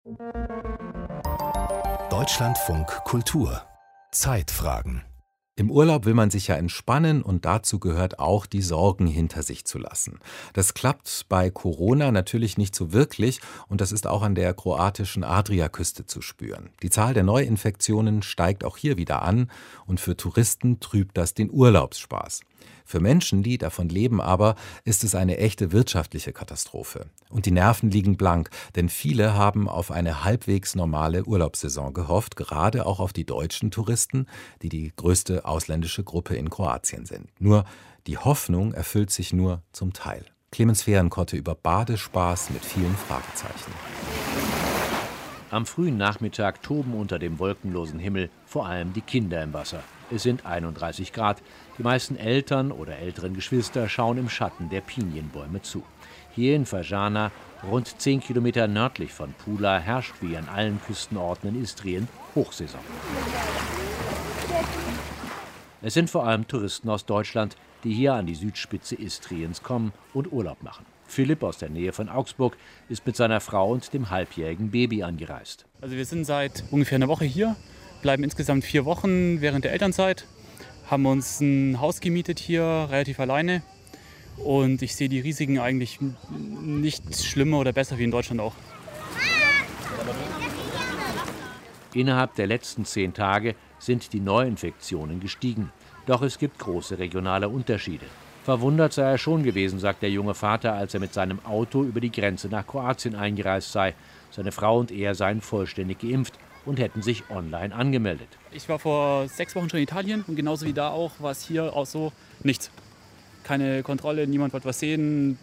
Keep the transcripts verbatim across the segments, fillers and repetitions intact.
Deutschlandfunk Kultur Zeitfragen. Im Urlaub will man sich ja entspannen und dazu gehört auch, die Sorgen hinter sich zu lassen. Das klappt bei Corona natürlich nicht so wirklich und das ist auch an der kroatischen Adriaküste zu spüren. Die Zahl der Neuinfektionen steigt auch hier wieder an und für Touristen trübt das den Urlaubsspaß. Für Menschen, die davon leben aber, ist es eine echte wirtschaftliche Katastrophe. Und die Nerven liegen blank, denn viele haben auf eine halbwegs normale Urlaubssaison gehofft, gerade auch auf die deutschen Touristen, die die größte ausländische Gruppe in Kroatien sind. Nur die Hoffnung erfüllt sich nur zum Teil. Clemens Fehrenkotte über Badespaß mit vielen Fragezeichen. Am frühen Nachmittag toben unter dem wolkenlosen Himmel vor allem die Kinder im Wasser. Es sind einunddreißig Grad. Die meisten Eltern oder älteren Geschwister schauen im Schatten der Pinienbäume zu. Hier in Fažana, rund zehn Kilometer nördlich von Pula, herrscht wie an allen Küstenorten in Istrien Hochsaison. Es sind vor allem Touristen aus Deutschland, die hier an die Südspitze Istriens kommen und Urlaub machen. Philipp aus der Nähe von Augsburg ist mit seiner Frau und dem halbjährigen Baby angereist. Also wir sind seit ungefähr einer Woche hier, bleiben insgesamt vier Wochen während der Elternzeit, haben uns ein Haus gemietet hier, relativ alleine. Und ich sehe die Risiken eigentlich nicht schlimmer oder besser wie in Deutschland auch. Innerhalb der letzten zehn Tage sind die Neuinfektionen gestiegen. Doch es gibt große regionale Unterschiede. Verwundert sei er schon gewesen, sagt der junge Vater, als er mit seinem Auto über die Grenze nach Kroatien eingereist sei. Seine Frau und er seien vollständig geimpft und hätten sich online angemeldet. Ich war vor sechs Wochen schon in Italien und genauso wie da auch war es hier auch so nichts. Keine Kontrolle, niemand wollte was sehen.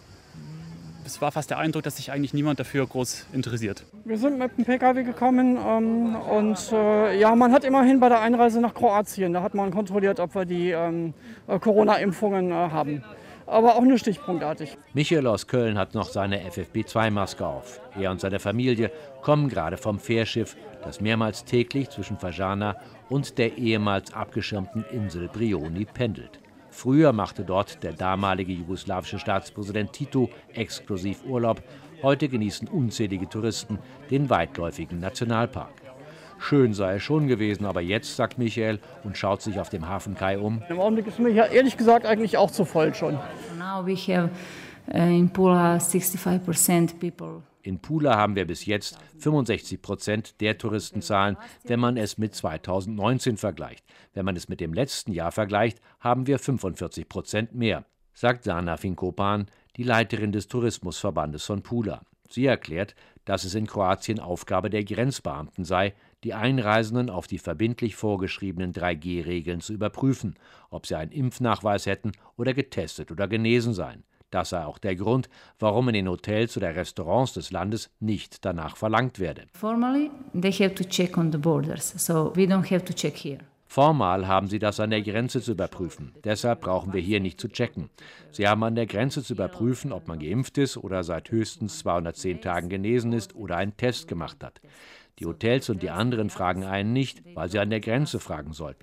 Es war fast der Eindruck, dass sich eigentlich niemand dafür groß interessiert. Wir sind mit dem Pkw gekommen ähm, und äh, ja, man hat immerhin bei der Einreise nach Kroatien, da hat man kontrolliert, ob wir die ähm, Corona-Impfungen äh, haben. Aber auch nur stichpunktartig. Michael aus Köln hat noch seine F F P zwei Maske auf. Er und seine Familie kommen gerade vom Fährschiff, das mehrmals täglich zwischen Fažana und der ehemals abgeschirmten Insel Brioni pendelt. Früher machte dort der damalige jugoslawische Staatspräsident Tito exklusiv Urlaub. Heute genießen unzählige Touristen den weitläufigen Nationalpark. Schön sei es schon gewesen, aber jetzt, sagt Michael und schaut sich auf dem Hafenkai um. Im Augenblick ist mir hier ehrlich gesagt eigentlich auch zu voll schon. Now we have uh, in Pula sixty-five percent people. In Pula haben wir bis jetzt fünfundsechzig Prozent der Touristenzahlen, wenn man es mit zweitausendneunzehn vergleicht. Wenn man es mit dem letzten Jahr vergleicht, haben wir fünfundvierzig Prozent mehr, sagt Sana Finkopan, die Leiterin des Tourismusverbandes von Pula. Sie erklärt, dass es in Kroatien Aufgabe der Grenzbeamten sei, die Einreisenden auf die verbindlich vorgeschriebenen drei G Regeln zu überprüfen, ob sie einen Impfnachweis hätten oder getestet oder genesen seien. Das sei auch der Grund, warum in den Hotels oder Restaurants des Landes nicht danach verlangt werde. Formally, they have to check on the borders, so we don't have to check here. Formal haben sie das an der Grenze zu überprüfen. Deshalb brauchen wir hier nicht zu checken. Sie haben an der Grenze zu überprüfen, ob man geimpft ist oder seit höchstens zweihundertzehn Tagen genesen ist oder einen Test gemacht hat. Die Hotels und die anderen fragen einen nicht, weil sie an der Grenze fragen sollten.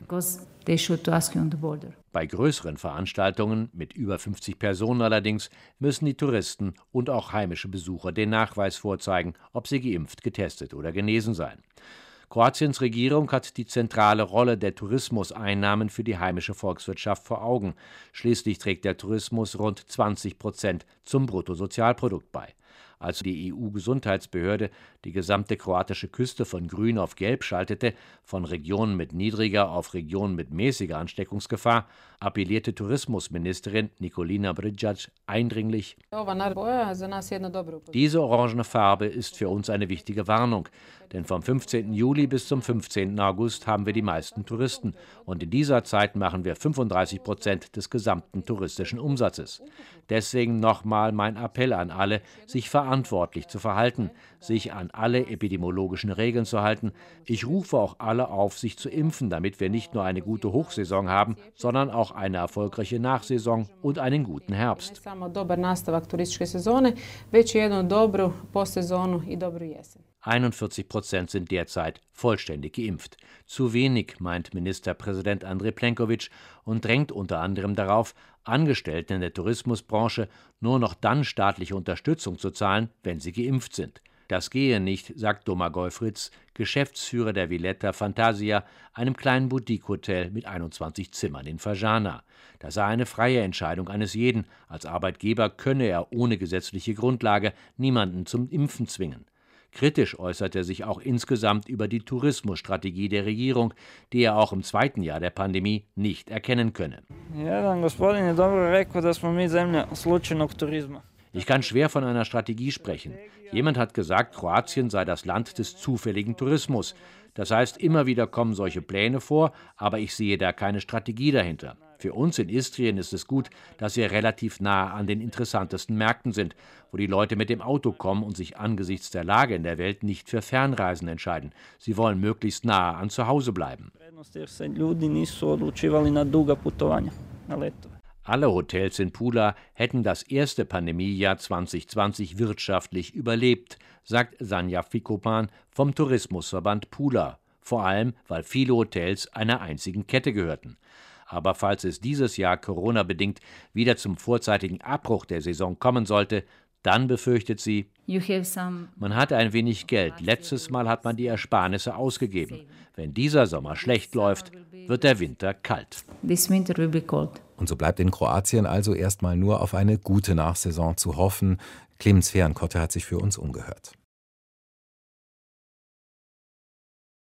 Bei größeren Veranstaltungen mit über fünfzig Personen allerdings müssen die Touristen und auch heimische Besucher den Nachweis vorzeigen, ob sie geimpft, getestet oder genesen seien. Kroatiens Regierung hat die zentrale Rolle der Tourismuseinnahmen für die heimische Volkswirtschaft vor Augen. Schließlich trägt der Tourismus rund zwanzig Prozent zum Bruttosozialprodukt bei. Als die E U-Gesundheitsbehörde die gesamte kroatische Küste von grün auf gelb schaltete, von Regionen mit niedriger auf Regionen mit mäßiger Ansteckungsgefahr, appellierte Tourismusministerin Nikolina Brnjac eindringlich: Diese orangene Farbe ist für uns eine wichtige Warnung, denn vom fünfzehnten Juli bis zum fünfzehnten August haben wir die meisten Touristen und in dieser Zeit machen wir fünfunddreißig Prozent des gesamten touristischen Umsatzes. Deswegen nochmal mein Appell an alle, sich verantwortlich zu verhalten, sich an alle epidemiologischen Regeln zu halten. Ich rufe auch alle auf, sich zu impfen, damit wir nicht nur eine gute Hochsaison haben, sondern auch eine erfolgreiche Nachsaison und einen guten Herbst. einundvierzig Prozent sind derzeit vollständig geimpft. Zu wenig, meint Ministerpräsident Andrej Plenković und drängt unter anderem darauf, Angestellten in der Tourismusbranche nur noch dann staatliche Unterstützung zu zahlen, wenn sie geimpft sind. Das gehe nicht, sagt Domagoj Fritz, Geschäftsführer der Villetta Fantasia, einem kleinen Boutique-Hotel mit einundzwanzig Zimmern in Fažana. Das sei eine freie Entscheidung eines jeden. Als Arbeitgeber könne er ohne gesetzliche Grundlage niemanden zum Impfen zwingen. Kritisch äußert er sich auch insgesamt über die Tourismusstrategie der Regierung, die er auch im zweiten Jahr der Pandemie nicht erkennen könne. Ich kann schwer von einer Strategie sprechen. Jemand hat gesagt, Kroatien sei das Land des zufälligen Tourismus. Das heißt, immer wieder kommen solche Pläne vor, aber ich sehe da keine Strategie dahinter. Für uns in Istrien ist es gut, dass wir relativ nah an den interessantesten Märkten sind, wo die Leute mit dem Auto kommen und sich angesichts der Lage in der Welt nicht für Fernreisen entscheiden. Sie wollen möglichst nah an zu Hause bleiben. Alle Hotels in Pula hätten das erste Pandemiejahr zwanzig zwanzig wirtschaftlich überlebt, sagt Sanja Fikopan vom Tourismusverband Pula, vor allem, weil viele Hotels einer einzigen Kette gehörten. Aber falls es dieses Jahr Corona-bedingt wieder zum vorzeitigen Abbruch der Saison kommen sollte, dann befürchtet sie, man hat ein wenig Geld. Letztes Mal hat man die Ersparnisse ausgegeben. Wenn dieser Sommer schlecht läuft, wird der Winter kalt. Und so bleibt in Kroatien also erstmal nur auf eine gute Nachsaison zu hoffen. Clemens Fehrenkotte hat sich für uns umgehört.